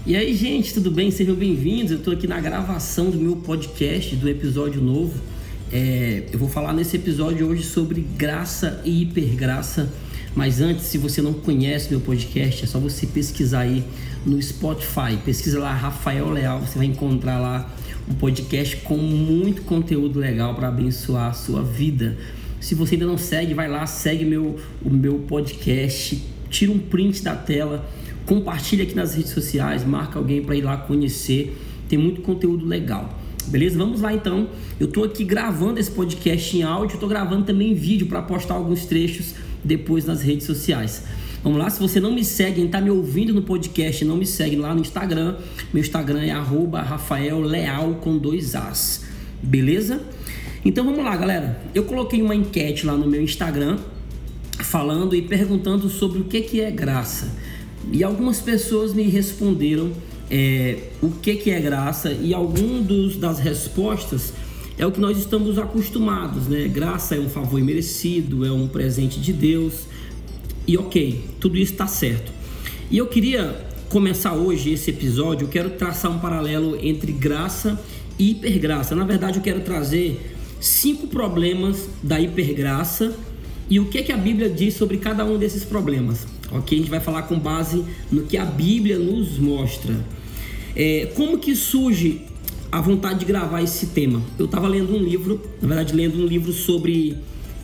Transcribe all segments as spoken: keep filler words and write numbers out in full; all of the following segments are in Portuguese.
E aí, gente, tudo bem? Sejam bem-vindos. Eu estou aqui na gravação do meu podcast, do episódio novo. É, eu vou falar nesse episódio hoje sobre graça e hipergraça. Mas antes, se você não conhece meu podcast, é só você pesquisar aí no Spotify. Pesquisa lá Rafael Leal, você vai encontrar lá um podcast com muito conteúdo legal para abençoar a sua vida. Se você ainda não segue, vai lá, segue meu, o meu podcast, tira um print da tela, compartilha aqui nas redes sociais, marca alguém para ir lá conhecer, tem muito conteúdo legal, beleza? Vamos lá então, eu tô aqui gravando esse podcast em áudio, tô gravando também em vídeo para postar alguns trechos depois nas redes sociais. Vamos lá, se você não me segue, quem tá me ouvindo no podcast, não me segue lá no Instagram, meu Instagram é arroba Rafael Leal com dois As, beleza? Então vamos lá, galera, eu coloquei uma enquete lá no meu Instagram, falando e perguntando sobre o que, que é graça. E algumas pessoas me responderam é, o que, que é graça, e algum dos, das respostas é o que nós estamos acostumados, né? Graça é um favor imerecido, é um presente de Deus, e ok, tudo isso está certo. E eu queria começar hoje esse episódio, eu quero traçar um paralelo entre graça e hipergraça. Na verdade, eu quero trazer cinco problemas da hipergraça e o que, que a Bíblia diz sobre cada um desses problemas. Ok? A gente vai falar com base no que a Bíblia nos mostra. É, como que surge a vontade de gravar esse tema? Eu estava lendo um livro, na verdade lendo um livro sobre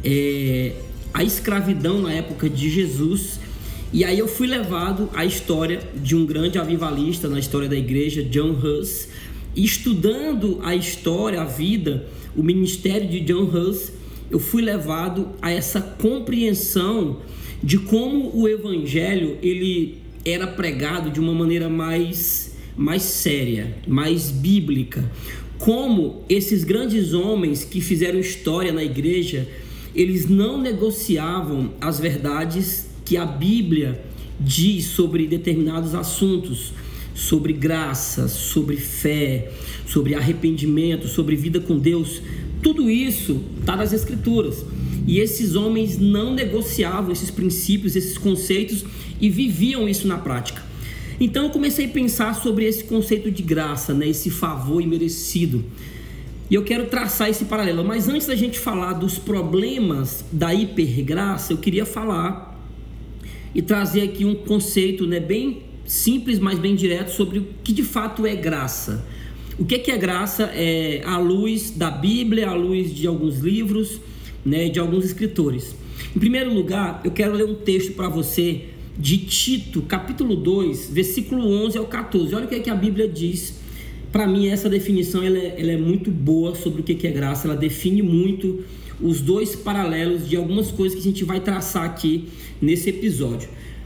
é, a escravidão na época de Jesus, e aí eu fui levado à história de um grande avivalista na história da igreja, John Hus, e estudando a história, a vida, o ministério de John Hus, eu fui levado a essa compreensão de como o evangelho ele era pregado de uma maneira mais, mais séria, mais bíblica. Como esses grandes homens que fizeram história na igreja, eles não negociavam as verdades que a Bíblia diz sobre determinados assuntos, sobre graça, sobre fé, sobre arrependimento, sobre vida com Deus. Tudo isso está nas Escrituras. E esses homens não negociavam esses princípios, esses conceitos e viviam isso na prática. Então eu comecei a pensar sobre esse conceito de graça, né? Esse favor imerecido. E eu quero traçar esse paralelo. Mas antes da gente falar dos problemas da hipergraça, eu queria falar e trazer aqui um conceito, né, bem simples, mas bem direto, sobre o que de fato é graça. O que é graça é à luz da Bíblia, à luz de alguns livros, né, de alguns escritores. Em primeiro lugar, eu quero ler um texto para você de Tito, capítulo dois, versículo onze ao catorze. Olha o que, é que a Bíblia diz. Para mim, essa definição ela é, ela é muito boa sobre o que é graça. Ela define muito os dois paralelos de algumas coisas que a gente vai traçar aqui nesse episódio.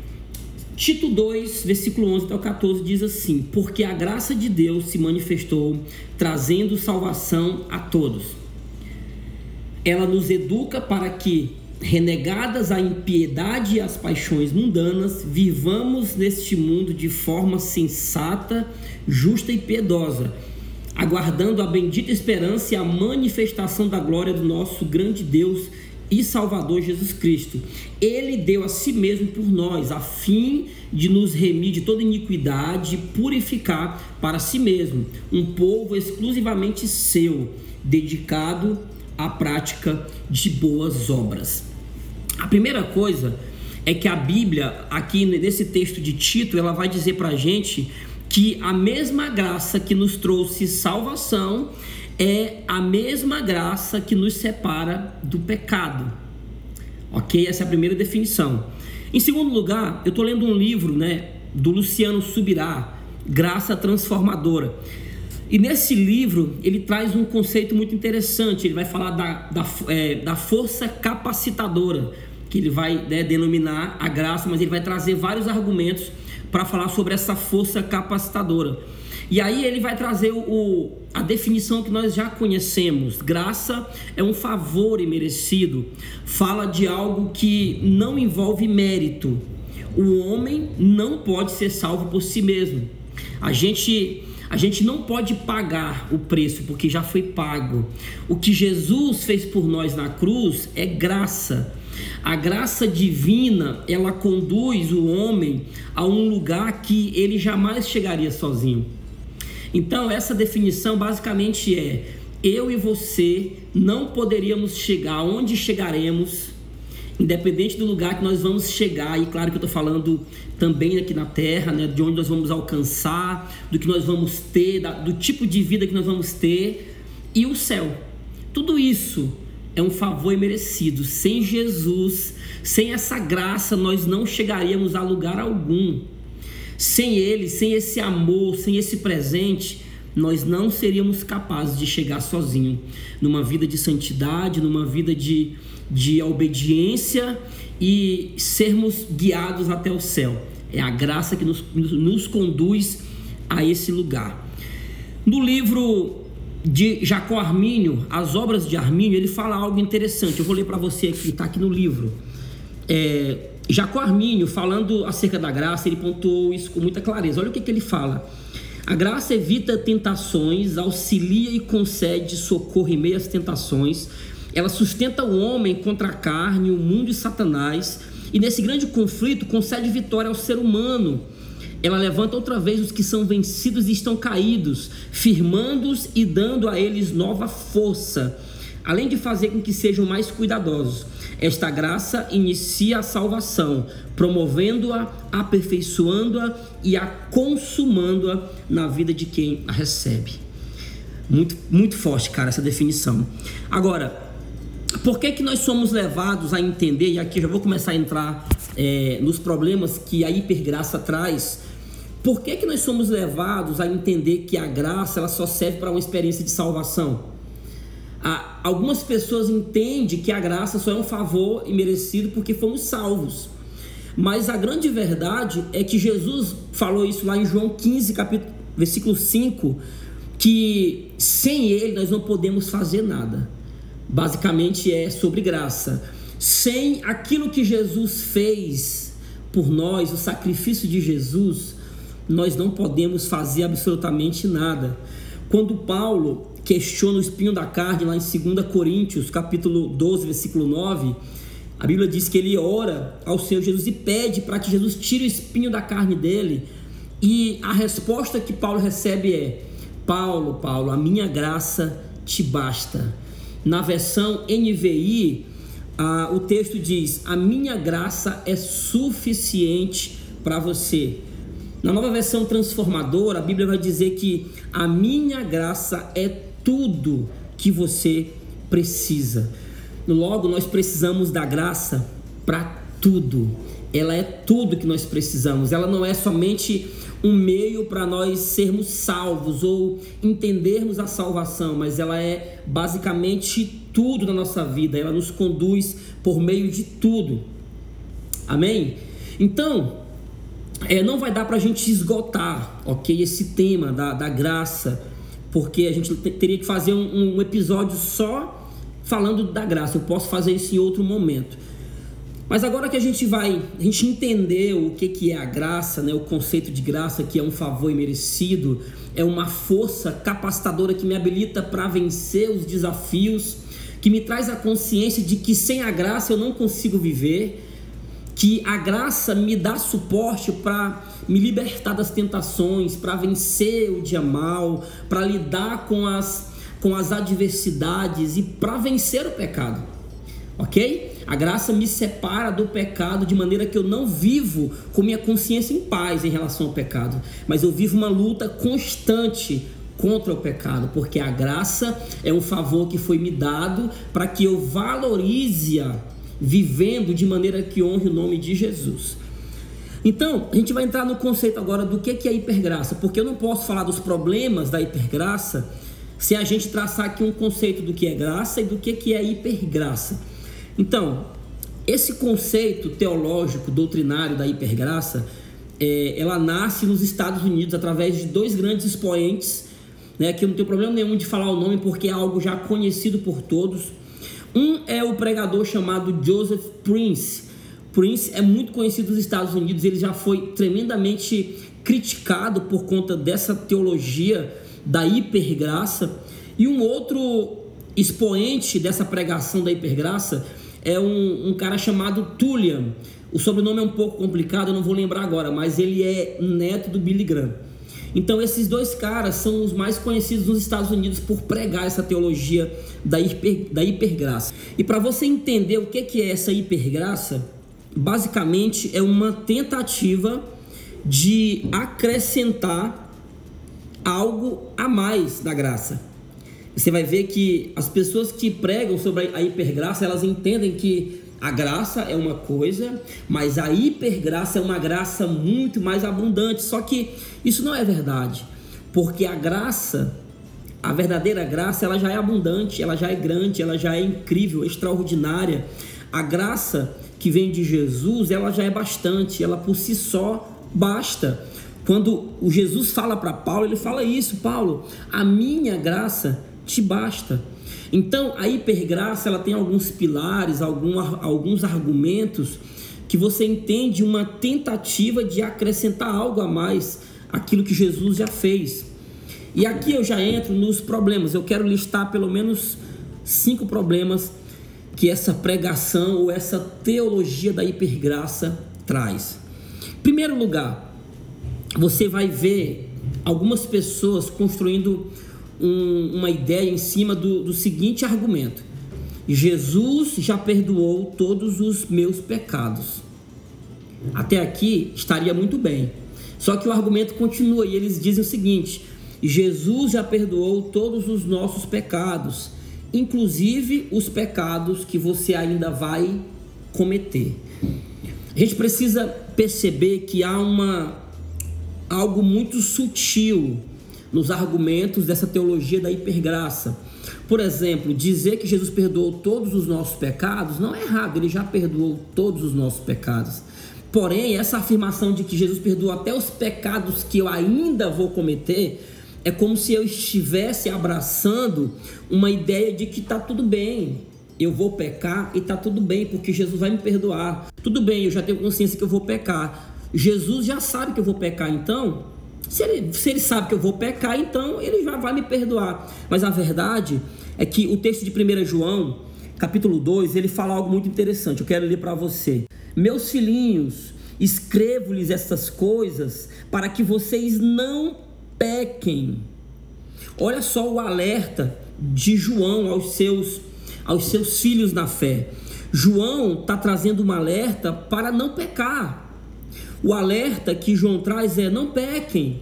Tito dois, versículo onze até o catorze diz assim: porque a graça de Deus se manifestou, trazendo salvação a todos. Ela nos educa para que, renegadas a impiedade e as paixões mundanas, vivamos neste mundo de forma sensata, justa e piedosa, aguardando a bendita esperança e a manifestação da glória do nosso grande Deus e Salvador Jesus Cristo. Ele deu a si mesmo por nós, a fim de nos remir de toda iniquidade, purificar para si mesmo um povo exclusivamente seu, dedicado à prática de boas obras. A primeira coisa é que a Bíblia, aqui nesse texto de Tito, ela vai dizer para a gente que a mesma graça que nos trouxe salvação é a mesma graça que nos separa do pecado. Ok? Essa é a primeira definição. Em segundo lugar, eu estou lendo um livro, né, do Luciano Subirá, Graça Transformadora. E nesse livro, ele traz um conceito muito interessante. Ele vai falar da, da, é, da força capacitadora, que ele vai, né, denominar a graça, mas ele vai trazer vários argumentos para falar sobre essa força capacitadora. E aí ele vai trazer o, a definição que nós já conhecemos. Graça é um favor imerecido. Fala de algo que não envolve mérito. O homem não pode ser salvo por si mesmo. A gente, a gente não pode pagar o preço, porque já foi pago. O que Jesus fez por nós na cruz é graça. A graça divina, ela conduz o homem a um lugar que ele jamais chegaria sozinho. Então, essa definição basicamente é: eu e você não poderíamos chegar onde chegaremos, independente do lugar que nós vamos chegar. E claro que eu estou falando também aqui na Terra, né, de onde nós vamos alcançar, do que nós vamos ter, da, do tipo de vida que nós vamos ter, e o céu. Tudo isso é um favor imerecido. Sem Jesus, sem essa graça, nós não chegaríamos a lugar algum. Sem Ele, sem esse amor, sem esse presente, nós não seríamos capazes de chegar sozinho numa vida de santidade, numa vida de, de obediência e sermos guiados até o céu. É a graça que nos, nos conduz a esse lugar. No livro de Jacó Armínio, As Obras de Armínio, ele fala algo interessante. Eu vou ler para você aqui, está aqui no livro. É, Jacó Armínio, falando acerca da graça, ele pontuou isso com muita clareza. Olha o que, que ele fala: a graça evita tentações, auxilia e concede socorro em meio às tentações. Ela sustenta o homem contra a carne, o mundo e Satanás, e nesse grande conflito concede vitória ao ser humano. Ela levanta outra vez os que são vencidos e estão caídos, firmando-os e dando a eles nova força, além de fazer com que sejam mais cuidadosos. Esta graça inicia a salvação, promovendo-a, aperfeiçoando-a e a consumando-a na vida de quem a recebe. Muito, muito forte, cara, essa definição. Agora, por que que nós somos levados a entender, e aqui eu já vou começar a entrar é, nos problemas que a hipergraça traz. Por que que nós somos levados a entender que a graça ela só serve para uma experiência de salvação? Ah, algumas pessoas entendem que a graça só é um favor imerecido porque fomos salvos. Mas a grande verdade é que Jesus falou isso lá em João quinze, capítulo, versículo cinco, que sem Ele nós não podemos fazer nada. Basicamente é sobre graça. Sem aquilo que Jesus fez por nós, o sacrifício de Jesus, nós não podemos fazer absolutamente nada. Quando Paulo questiona o espinho da carne lá em dois Coríntios, capítulo doze, versículo nove, a Bíblia diz que ele ora ao Senhor Jesus e pede para que Jesus tire o espinho da carne dele. E a resposta que Paulo recebe é: Paulo, Paulo, a minha graça te basta. Na versão N V I, ah, o texto diz: a minha graça é suficiente para você. Na nova versão transformadora, a Bíblia vai dizer que a minha graça é tudo que você precisa. Logo, nós precisamos da graça para tudo. Ela é tudo que nós precisamos. Ela não é somente um meio para nós sermos salvos ou entendermos a salvação, mas ela é basicamente tudo na nossa vida. Ela nos conduz por meio de tudo. Amém? Então, é, não vai dar para a gente esgotar, ok, esse tema da, da graça, porque a gente teria que fazer um, um episódio só falando da graça. Eu posso fazer isso em outro momento. Mas agora que a gente vai, a gente entendeu o que, que é a graça, né? O conceito de graça, que é um favor imerecido, é uma força capacitadora que me habilita para vencer os desafios, que me traz a consciência de que sem a graça eu não consigo viver, que a graça me dá suporte para me libertar das tentações, para vencer o dia mal, para lidar com as, com as adversidades e para vencer o pecado, ok? A graça me separa do pecado de maneira que eu não vivo com minha consciência em paz em relação ao pecado, mas eu vivo uma luta constante contra o pecado, porque a graça é um favor que foi me dado para que eu valorize-a vivendo de maneira que honre o nome de Jesus. Então, a gente vai entrar no conceito agora do que é hipergraça, porque eu não posso falar dos problemas da hipergraça se a gente traçar aqui um conceito do que é graça e do que é hipergraça. Então, esse conceito teológico, doutrinário da hipergraça, é, ela nasce nos Estados Unidos através de dois grandes expoentes, né, que eu não tenho problema nenhum de falar o nome porque é algo já conhecido por todos. Um é o pregador chamado Joseph Prince. Prince é muito conhecido nos Estados Unidos, ele já foi tremendamente criticado por conta dessa teologia da hipergraça. E um outro expoente dessa pregação da hipergraça é um, um cara chamado Tullian. O sobrenome é um pouco complicado, eu não vou lembrar agora, mas ele é neto do Billy Graham. Então esses dois caras são os mais conhecidos nos Estados Unidos por pregar essa teologia da, hiper, da hipergraça. E para você entender o que é essa hipergraça, basicamente é uma tentativa de acrescentar algo a mais da graça. Você vai ver que as pessoas que pregam sobre a hipergraça, elas entendem que a graça é uma coisa, mas a hipergraça é uma graça muito mais abundante. Só que isso não é verdade, porque a graça, a verdadeira graça, ela já é abundante, ela já é grande, ela já é incrível, extraordinária. A graça que vem de Jesus, ela já é bastante, ela por si só basta. Quando o Jesus fala para Paulo, ele fala isso: Paulo, a minha graça te basta. Então a hipergraça, ela tem alguns pilares, algum, alguns argumentos que você entende uma tentativa de acrescentar algo a mais àquilo que Jesus já fez. E aqui eu já entro nos problemas. Eu quero listar pelo menos cinco problemas que essa pregação ou essa teologia da hipergraça traz. Em primeiro lugar, você vai ver algumas pessoas construindo um, uma ideia em cima do, do seguinte argumento: Jesus já perdoou todos os meus pecados. Até aqui estaria muito bem. Só que o argumento continua e eles dizem o seguinte: Jesus já perdoou todos os nossos pecados, inclusive os pecados que você ainda vai cometer. A gente precisa perceber que há uma, algo muito sutil nos argumentos dessa teologia da hipergraça. Por exemplo, dizer que Jesus perdoou todos os nossos pecados não é errado, ele já perdoou todos os nossos pecados. Porém, essa afirmação de que Jesus perdoou até os pecados que eu ainda vou cometer é como se eu estivesse abraçando uma ideia de que está tudo bem, eu vou pecar e está tudo bem, porque Jesus vai me perdoar. Tudo bem, eu já tenho consciência que eu vou pecar. Jesus já sabe que eu vou pecar, então, se ele, se ele sabe que eu vou pecar, então ele já vai me perdoar. Mas a verdade é que o texto de primeiro João, capítulo dois, ele fala algo muito interessante. Eu quero ler para você. Meus filhinhos, escrevo-lhes estas coisas para que vocês não pequem. Olha só o alerta de João aos seus, aos seus filhos na fé. João está trazendo um alerta para não pecar. O alerta que João traz é: não pequem.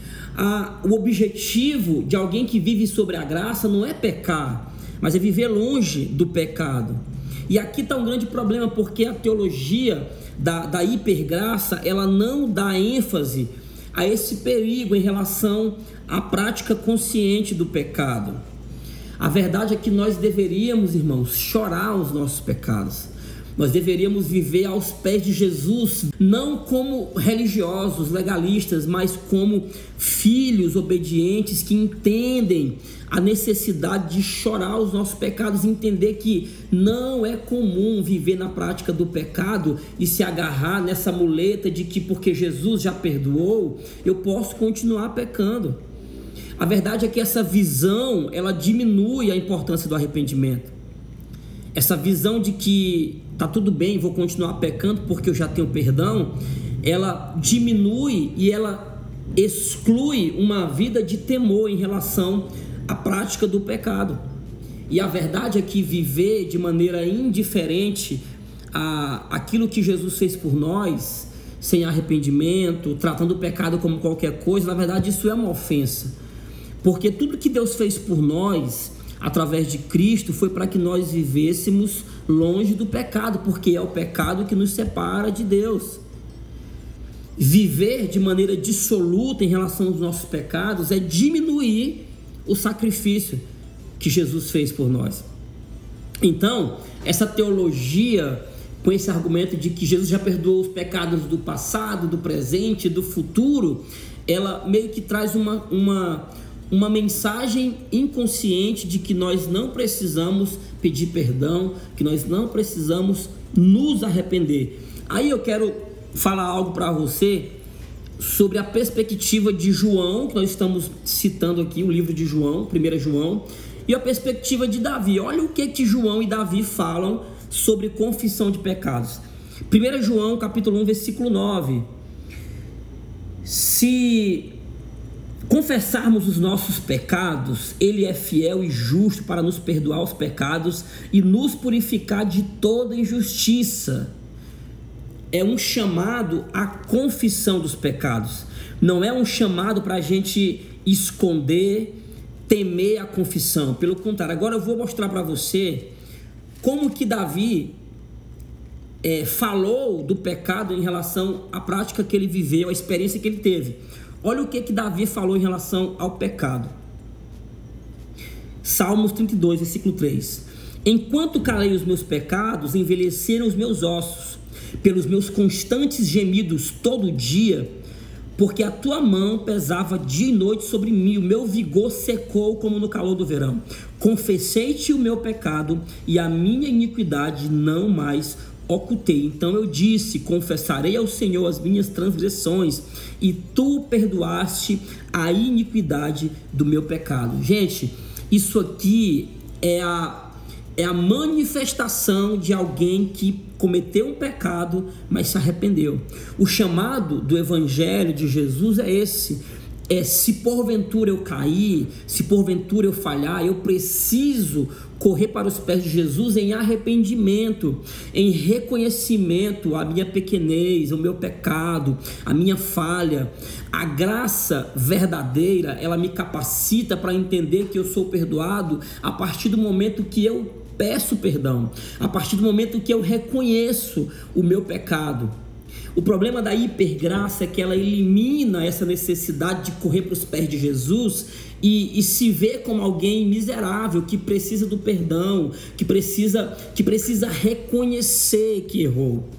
Ah, o objetivo de alguém que vive sobre a graça não é pecar, mas é viver longe do pecado. E aqui está um grande problema, porque a teologia da, da hipergraça, ela não dá ênfase a esse perigo em relação à prática consciente do pecado. A verdade é que nós deveríamos, irmãos, chorar os nossos pecados. Nós deveríamos viver aos pés de Jesus, não como religiosos, legalistas, mas como filhos obedientes que entendem a necessidade de chorar os nossos pecados, entender que não é comum viver na prática do pecado e se agarrar nessa muleta de que porque Jesus já perdoou, eu posso continuar pecando. A verdade é que essa visão, ela diminui a importância do arrependimento. Essa visão de que tá tudo bem, vou continuar pecando porque eu já tenho perdão, ela diminui e ela exclui uma vida de temor em relação à prática do pecado. E a verdade é que viver de maneira indiferente a aquilo que Jesus fez por nós, sem arrependimento, tratando o pecado como qualquer coisa, na verdade isso é uma ofensa. Porque tudo que Deus fez por nós, através de Cristo, foi para que nós vivêssemos longe do pecado, porque é o pecado que nos separa de Deus. Viver de maneira dissoluta em relação aos nossos pecados é diminuir o sacrifício que Jesus fez por nós. Então, essa teologia, com esse argumento de que Jesus já perdoou os pecados do passado, do presente, do futuro, ela meio que traz uma... uma uma mensagem inconsciente de que nós não precisamos pedir perdão, que nós não precisamos nos arrepender. Aí eu quero falar algo para você sobre a perspectiva de João, que nós estamos citando aqui, o livro de João, primeiro João, e a perspectiva de Davi. Olha o que que João e Davi falam sobre confissão de pecados. primeiro João capítulo um, versículo nove. Se confessarmos os nossos pecados, Ele é fiel e justo para nos perdoar os pecados e nos purificar de toda injustiça. É um chamado à confissão dos pecados. Não é um chamado para a gente esconder, temer a confissão. Pelo contrário, agora eu vou mostrar para você como que Davi é, falou do pecado em relação à prática que ele viveu, à experiência que ele teve. Olha o que que Davi falou em relação ao pecado. Salmos trinta e dois, versículo três. Enquanto calei os meus pecados, envelheceram os meus ossos, pelos meus constantes gemidos todo dia, porque a tua mão pesava dia e noite sobre mim, o meu vigor secou como no calor do verão. Confessei-te o meu pecado e a minha iniquidade não mais ocultei. Então eu disse: confessarei ao Senhor as minhas transgressões, e tu perdoaste a iniquidade do meu pecado. Gente, isso aqui é a, é a manifestação de alguém que cometeu um pecado, mas se arrependeu. O chamado do Evangelho de Jesus é esse: é, se porventura eu cair, se porventura eu falhar, eu preciso correr para os pés de Jesus em arrependimento, em reconhecimento à minha pequenez, ao meu pecado, à minha falha. A graça verdadeira, ela me capacita para entender que eu sou perdoado a partir do momento que eu peço perdão, a partir do momento que eu reconheço o meu pecado. O problema da hipergraça é que ela elimina essa necessidade de correr para os pés de Jesus e, e se ver como alguém miserável, que precisa do perdão, que precisa, que precisa reconhecer que errou.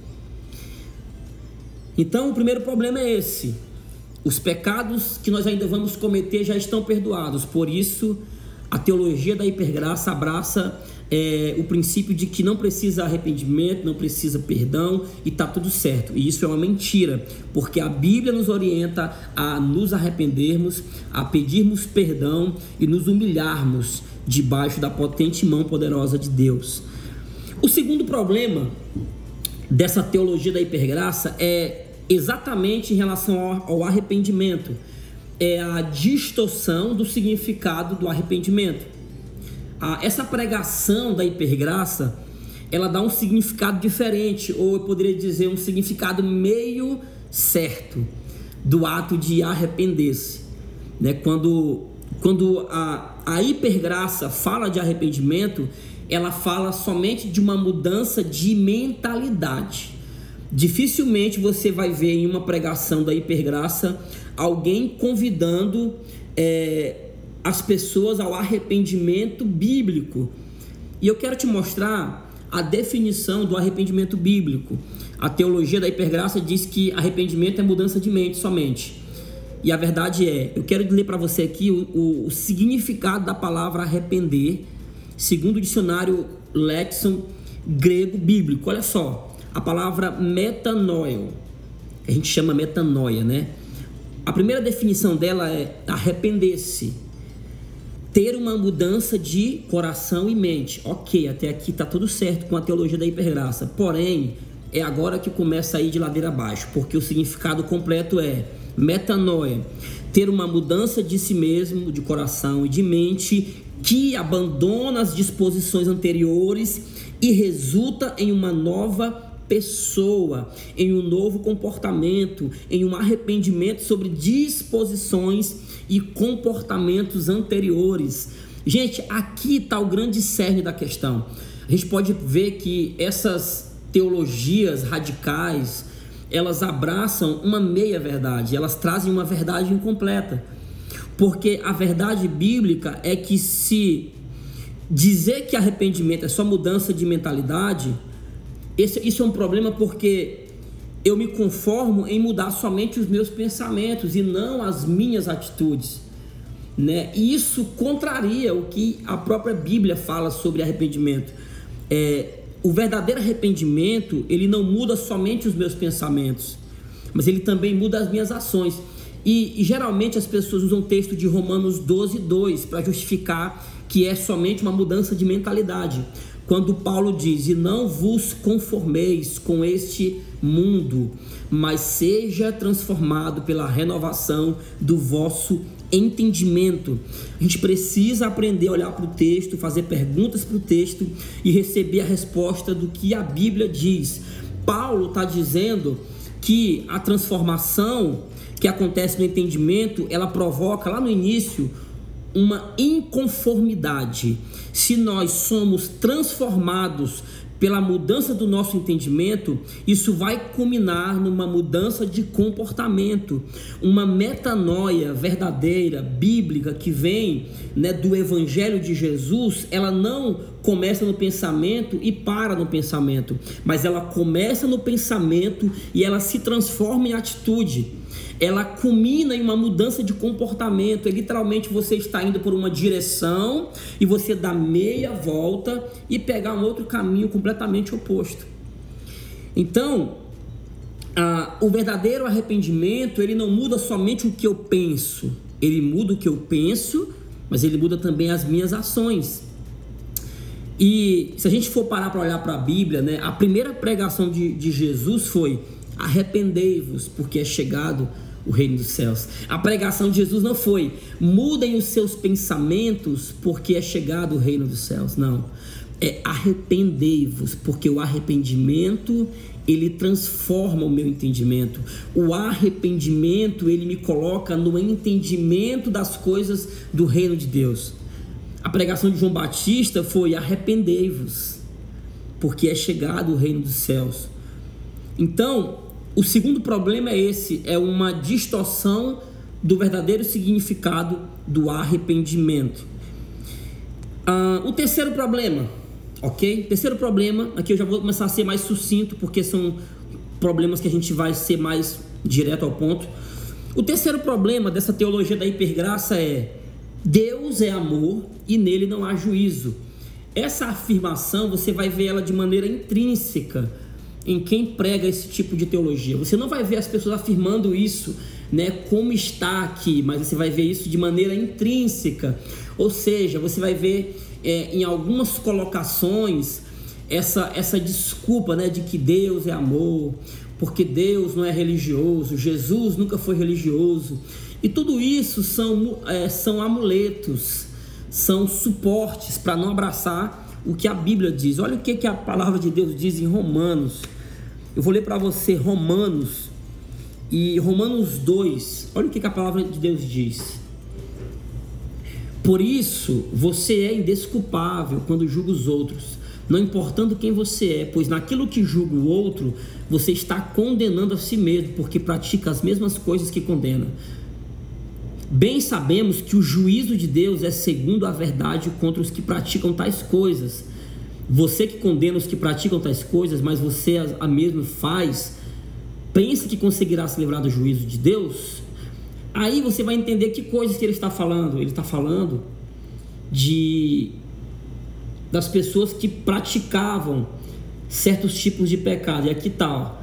Então o primeiro problema é esse: os pecados que nós ainda vamos cometer já estão perdoados. Por isso a teologia da hipergraça abraça É, o princípio de que não precisa arrependimento, não precisa perdão e está tudo certo. E isso é uma mentira, porque a Bíblia nos orienta a nos arrependermos, a pedirmos perdão e nos humilharmos debaixo da potente mão poderosa de Deus. O segundo problema dessa teologia da hipergraça é exatamente em relação ao, ao arrependimento. É a distorção do significado do arrependimento. Ah, essa pregação da hipergraça, ela dá um significado diferente, ou eu poderia dizer um significado meio certo do ato de arrepender-se, né? Quando, quando a, a hipergraça fala de arrependimento, ela fala somente de uma mudança de mentalidade. Dificilmente você vai ver em uma pregação da hipergraça alguém convidando é, as pessoas ao arrependimento bíblico. E eu quero te mostrar a definição do arrependimento bíblico. A teologia da hipergraça diz que arrependimento é mudança de mente somente. E a verdade é, eu quero ler para você aqui o, o, o significado da palavra arrepender, segundo o dicionário Lexon grego bíblico. Olha só, a palavra metanoia, a gente chama metanoia, né? A primeira definição dela é arrepender-se, ter uma mudança de coração e mente. Ok, até aqui está tudo certo com a teologia da hipergraça. Porém, é agora que começa a ir de ladeira abaixo, porque o significado completo é metanoia, ter uma mudança de si mesmo, de coração e de mente, que abandona as disposições anteriores e resulta em uma nova pessoa, em um novo comportamento, em um arrependimento sobre disposições e comportamentos anteriores. Gente, aqui está o grande cerne da questão. A gente pode ver que essas teologias radicais, elas abraçam uma meia verdade, elas trazem uma verdade incompleta, porque a verdade bíblica é que se dizer que arrependimento é só mudança de mentalidade, esse, isso é um problema, porque eu me conformo em mudar somente os meus pensamentos e não as minhas atitudes, né? E isso contraria o que a própria Bíblia fala sobre arrependimento. É, o verdadeiro arrependimento, ele não muda somente os meus pensamentos, mas ele também muda as minhas ações. E, e geralmente as pessoas usam o texto de Romanos doze, dois para justificar que é somente uma mudança de mentalidade, quando Paulo diz: e não vos conformeis com este mundo, mas seja transformado pela renovação do vosso entendimento. A gente precisa aprender a olhar para o texto, fazer perguntas para o texto e receber a resposta do que a Bíblia diz. Paulo está dizendo que a transformação que acontece no entendimento, ela provoca lá no início uma inconformidade. Se nós somos transformados pela mudança do nosso entendimento, isso vai culminar numa mudança de comportamento, uma metanoia verdadeira, bíblica, que vem, né, do Evangelho de Jesus. Ela não começa no pensamento e para no pensamento, mas ela começa no pensamento e ela se transforma em atitude. Ela culmina em uma mudança de comportamento. É literalmente você está indo por uma direção e você dá meia volta e pegar um outro caminho completamente oposto. Então, ah, o verdadeiro arrependimento, ele não muda somente o que eu penso, ele muda o que eu penso, mas ele muda também as minhas ações. E se a gente for parar para olhar para a Bíblia, né, a primeira pregação de, de Jesus foi: arrependei-vos, porque é chegado o reino dos céus. A pregação de Jesus não foi: mudem os seus pensamentos, porque é chegado o reino dos céus. Não, é: arrependei-vos, porque o arrependimento, ele transforma o meu entendimento. O arrependimento, ele me coloca no entendimento das coisas do reino de Deus. A pregação de João Batista foi: arrependei-vos, porque é chegado o reino dos céus. Então, o segundo problema é esse, é uma distorção do verdadeiro significado do arrependimento. Ah, o terceiro problema, ok? Terceiro problema, aqui eu já vou começar a ser mais sucinto, porque são problemas que a gente vai ser mais direto ao ponto. O terceiro problema dessa teologia da hipergraça é: Deus é amor e nele não há juízo. Essa afirmação você vai ver ela de maneira intrínseca em quem prega esse tipo de teologia. Você não vai ver as pessoas afirmando isso, né, como está aqui, mas você vai ver isso de maneira intrínseca. Ou seja, você vai ver é, em algumas colocações essa, essa desculpa, né, de que Deus é amor, porque Deus não é religioso, Jesus nunca foi religioso. E tudo isso são, é, são amuletos, são suportes para não abraçar o que a Bíblia diz. Olha o que, que a palavra de Deus diz em Romanos. Eu vou ler para você Romanos, e Romanos dois, olha o que, que a palavra de Deus diz. Por isso você é indesculpável quando julga os outros, não importando quem você é, pois naquilo que julga o outro, você está condenando a si mesmo, porque pratica as mesmas coisas que condena. Bem sabemos que o juízo de Deus é segundo a verdade contra os que praticam tais coisas. Você que condena os que praticam tais coisas, mas você a mesmo faz, pensa que conseguirá se livrar do juízo de Deus? Aí você vai entender que coisas que ele está falando. Ele está falando de, das pessoas que praticavam certos tipos de pecado. E aqui está: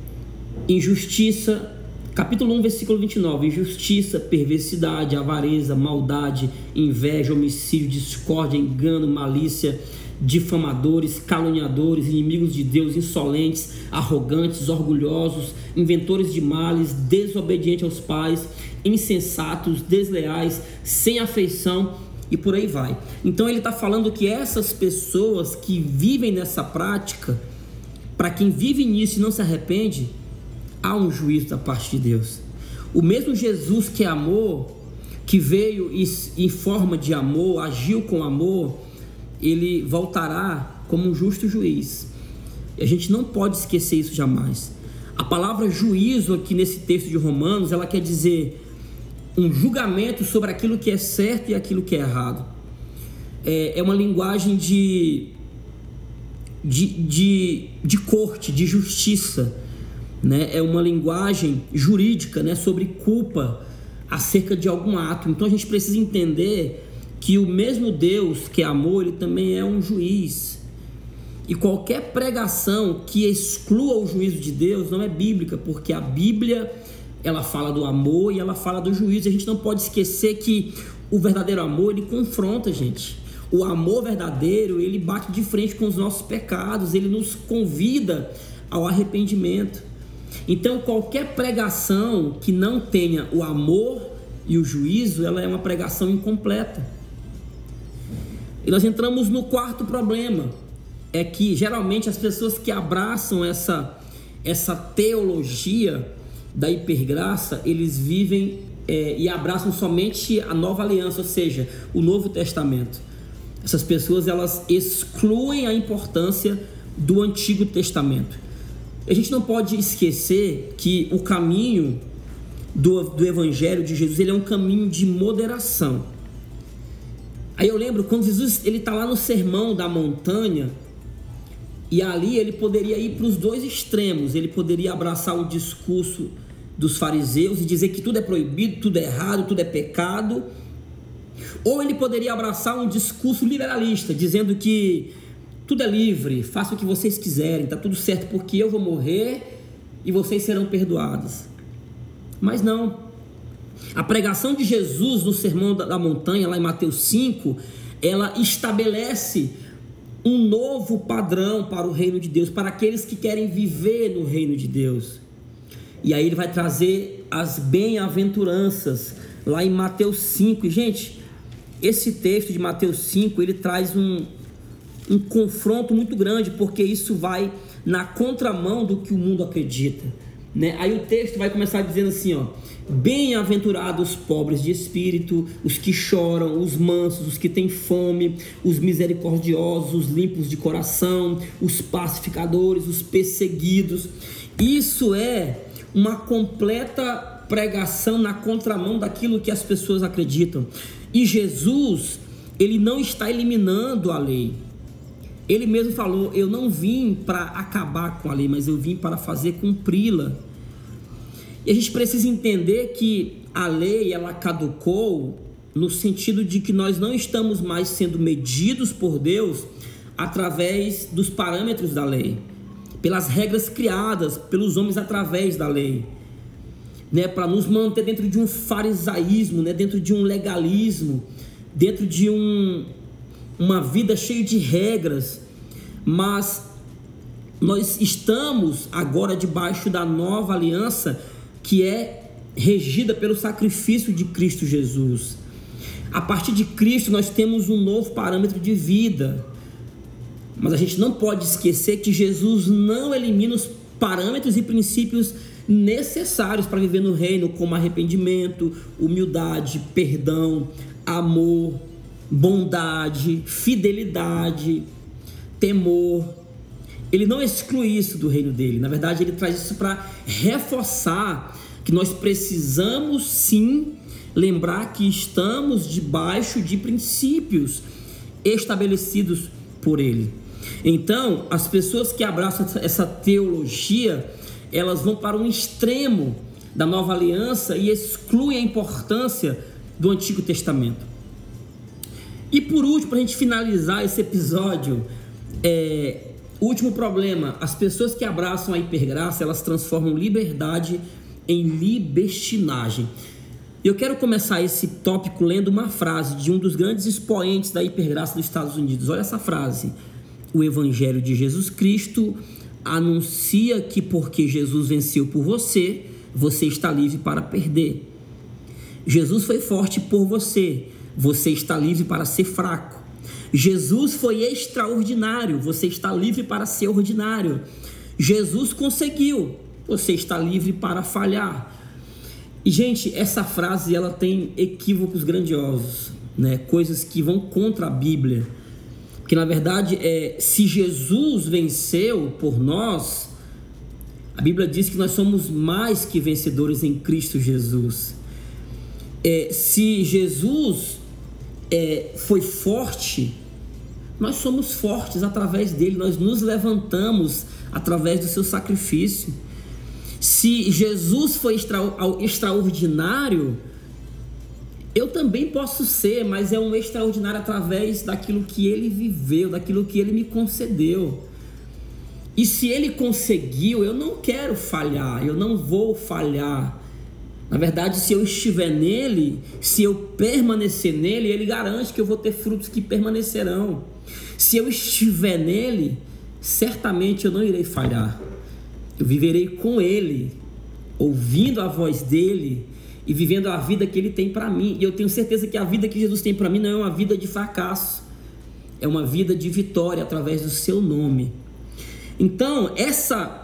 injustiça, capítulo um, versículo vinte e nove: injustiça, perversidade, avareza, maldade, inveja, homicídio, discórdia, engano, malícia, difamadores, caluniadores, inimigos de Deus, insolentes, arrogantes, orgulhosos, inventores de males, desobedientes aos pais, insensatos, desleais, sem afeição, e por aí vai. Então ele está falando que essas pessoas que vivem nessa prática, para quem vive nisso e não se arrepende, há um juízo da parte de Deus. O mesmo Jesus que é amor, que veio em forma de amor, agiu com amor, ele voltará como um justo juiz. E a gente não pode esquecer isso jamais. A palavra juízo aqui nesse texto de Romanos, ela quer dizer um julgamento sobre aquilo que é certo e aquilo que é errado. É, é uma linguagem de, de, de, de corte, de justiça, né? É uma linguagem jurídica, né, sobre culpa acerca de algum ato. Então a gente precisa entender que o mesmo Deus que é amor, ele também é um juiz. E qualquer pregação que exclua o juízo de Deus não é bíblica, porque a Bíblia, ela fala do amor e ela fala do juízo. A gente não pode esquecer que o verdadeiro amor, ele confronta, gente. O amor verdadeiro, ele bate de frente com os nossos pecados, ele nos convida ao arrependimento. Então, qualquer pregação que não tenha o amor e o juízo, ela é uma pregação incompleta. E nós entramos no quarto problema, é que geralmente as pessoas que abraçam essa, essa teologia da hipergraça, eles vivem é, e abraçam somente a nova aliança, ou seja, o Novo Testamento. Essas pessoas, elas excluem a importância do Antigo Testamento. A gente não pode esquecer que o caminho do, do Evangelho de Jesus, ele é um caminho de moderação. Aí eu lembro quando Jesus está lá no Sermão da Montanha, e ali ele poderia ir para os dois extremos. Ele poderia abraçar o discurso dos fariseus e dizer que tudo é proibido, tudo é errado, tudo é pecado. Ou ele poderia abraçar um discurso liberalista, dizendo que tudo é livre, façam o que vocês quiserem, está tudo certo porque eu vou morrer e vocês serão perdoados. Mas não. A pregação de Jesus no Sermão da Montanha, lá em Mateus cinco, ela estabelece um novo padrão para o reino de Deus, para aqueles que querem viver no reino de Deus. E aí ele vai trazer as bem-aventuranças lá em Mateus cinco. E, gente, esse texto de Mateus cinco, ele traz um, um confronto muito grande, porque isso vai na contramão do que o mundo acredita, né? Aí o texto vai começar dizendo assim, ó: bem-aventurados os pobres de espírito, os que choram, os mansos, os que têm fome, os misericordiosos, os limpos de coração, os pacificadores, os perseguidos. Isso é uma completa pregação na contramão daquilo que as pessoas acreditam. E Jesus, ele não está eliminando a lei. Ele mesmo falou: eu não vim para acabar com a lei, mas eu vim para fazer cumpri-la. E a gente precisa entender que a lei, ela caducou no sentido de que nós não estamos mais sendo medidos por Deus através dos parâmetros da lei, pelas regras criadas pelos homens através da lei, né, para nos manter dentro de um farisaísmo, né, dentro de um legalismo, dentro de um, uma vida cheia de regras. Mas nós estamos agora debaixo da nova aliança, que é regida pelo sacrifício de Cristo Jesus. A partir de Cristo nós temos um novo parâmetro de vida, mas a gente não pode esquecer que Jesus não elimina os parâmetros e princípios necessários para viver no reino, como arrependimento, humildade, perdão, amor, bondade, fidelidade, temor. Ele não exclui isso do reino dele. Na verdade, ele traz isso para reforçar que nós precisamos sim lembrar que estamos debaixo de princípios estabelecidos por ele. Então, as pessoas que abraçam essa teologia, elas vão para um extremo da nova aliança e excluem a importância do Antigo Testamento. E por último, para a gente finalizar esse episódio, é, o último problema: as pessoas que abraçam a hipergraça, elas transformam liberdade em libertinagem. Eu quero começar esse tópico lendo uma frase de um dos grandes expoentes da hipergraça dos Estados Unidos. Olha essa frase: o Evangelho de Jesus Cristo anuncia que porque Jesus venceu por você, você está livre para perder. Jesus foi forte por você, você está livre para ser fraco. Jesus foi extraordinário, você está livre para ser ordinário. Jesus conseguiu, você está livre para falhar. E, gente, essa frase, ela tem equívocos grandiosos, né? Coisas que vão contra a Bíblia. Porque, na verdade, é, se Jesus venceu por nós, a Bíblia diz que nós somos mais que vencedores em Cristo Jesus. É, se Jesus é, foi forte, nós somos fortes através dele, nós nos levantamos através do seu sacrifício. Se Jesus foi extra, extraordinário, eu também posso ser, mas é um extraordinário através daquilo que ele viveu, daquilo que ele me concedeu. E se ele conseguiu, eu não quero falhar, eu não vou falhar. Na verdade, se eu estiver nele, se eu permanecer nele, ele garante que eu vou ter frutos que permanecerão. Se eu estiver nele, certamente eu não irei falhar. Eu viverei com ele, ouvindo a voz dele e vivendo a vida que ele tem para mim. E eu tenho certeza que a vida que Jesus tem para mim não é uma vida de fracasso, é uma vida de vitória através do seu nome. Então, essa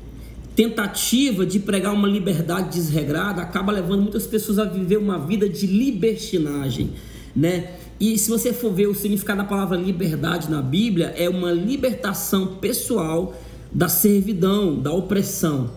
tentativa de pregar uma liberdade desregrada acaba levando muitas pessoas a viver uma vida de libertinagem, né? E se você for ver o significado da palavra liberdade na Bíblia, é uma libertação pessoal da servidão, da opressão.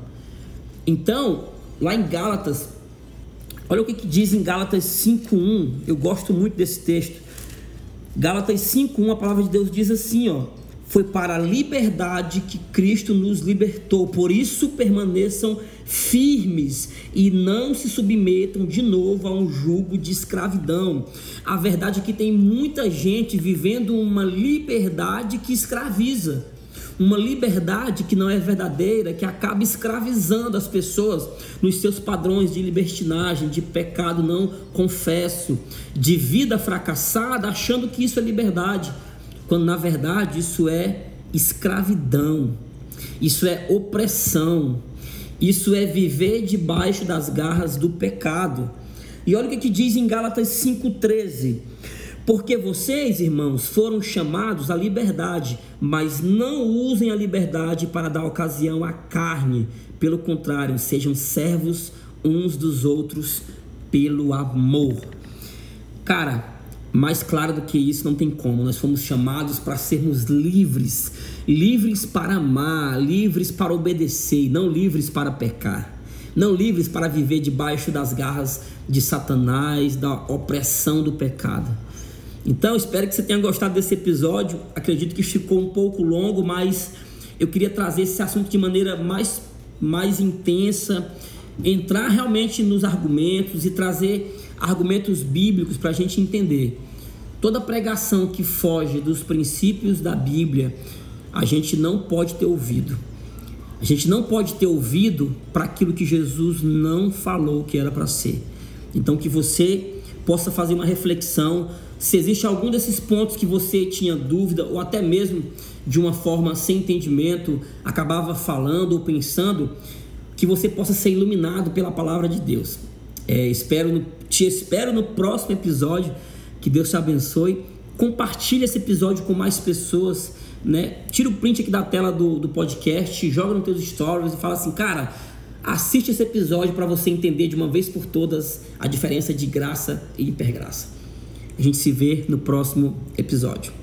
Então, lá em Gálatas, olha o que, que diz em Gálatas cinco um, eu gosto muito desse texto. Gálatas cinco um, a palavra de Deus diz assim, ó: foi para a liberdade que Cristo nos libertou, por isso permaneçam firmes e não se submetam de novo a um jugo de escravidão. A verdade é que tem muita gente vivendo uma liberdade que escraviza, uma liberdade que não é verdadeira, que acaba escravizando as pessoas nos seus padrões de libertinagem, de pecado não confesso, de vida fracassada, achando que isso é liberdade, quando na verdade isso é escravidão, isso é opressão, isso é viver debaixo das garras do pecado. E olha o que diz em Gálatas cinco treze: porque vocês, irmãos, foram chamados à liberdade, mas não usem a liberdade para dar ocasião à carne, pelo contrário, sejam servos uns dos outros pelo amor. Cara, mais claro do que isso não tem como. Nós fomos chamados para sermos livres, livres para amar, livres para obedecer, não livres para pecar, não livres para viver debaixo das garras de Satanás, da opressão do pecado. Então, espero que você tenha gostado desse episódio. Acredito que ficou um pouco longo, mas eu queria trazer esse assunto de maneira mais, mais intensa, entrar realmente nos argumentos e trazer argumentos bíblicos para a gente entender. Toda pregação que foge dos princípios da Bíblia, a gente não pode ter ouvido. A gente não pode ter ouvido para aquilo que Jesus não falou que era para ser. Então, que você possa fazer uma reflexão, se existe algum desses pontos que você tinha dúvida, ou até mesmo de uma forma sem entendimento, acabava falando ou pensando, que você possa ser iluminado pela palavra de Deus. É, espero, te espero no próximo episódio. Que Deus te abençoe. Compartilhe esse episódio com mais pessoas, né? Tira o print aqui da tela do, do podcast, joga nos teus stories e fala assim: cara, assiste esse episódio para você entender de uma vez por todas a diferença de graça e hipergraça. A gente se vê no próximo episódio.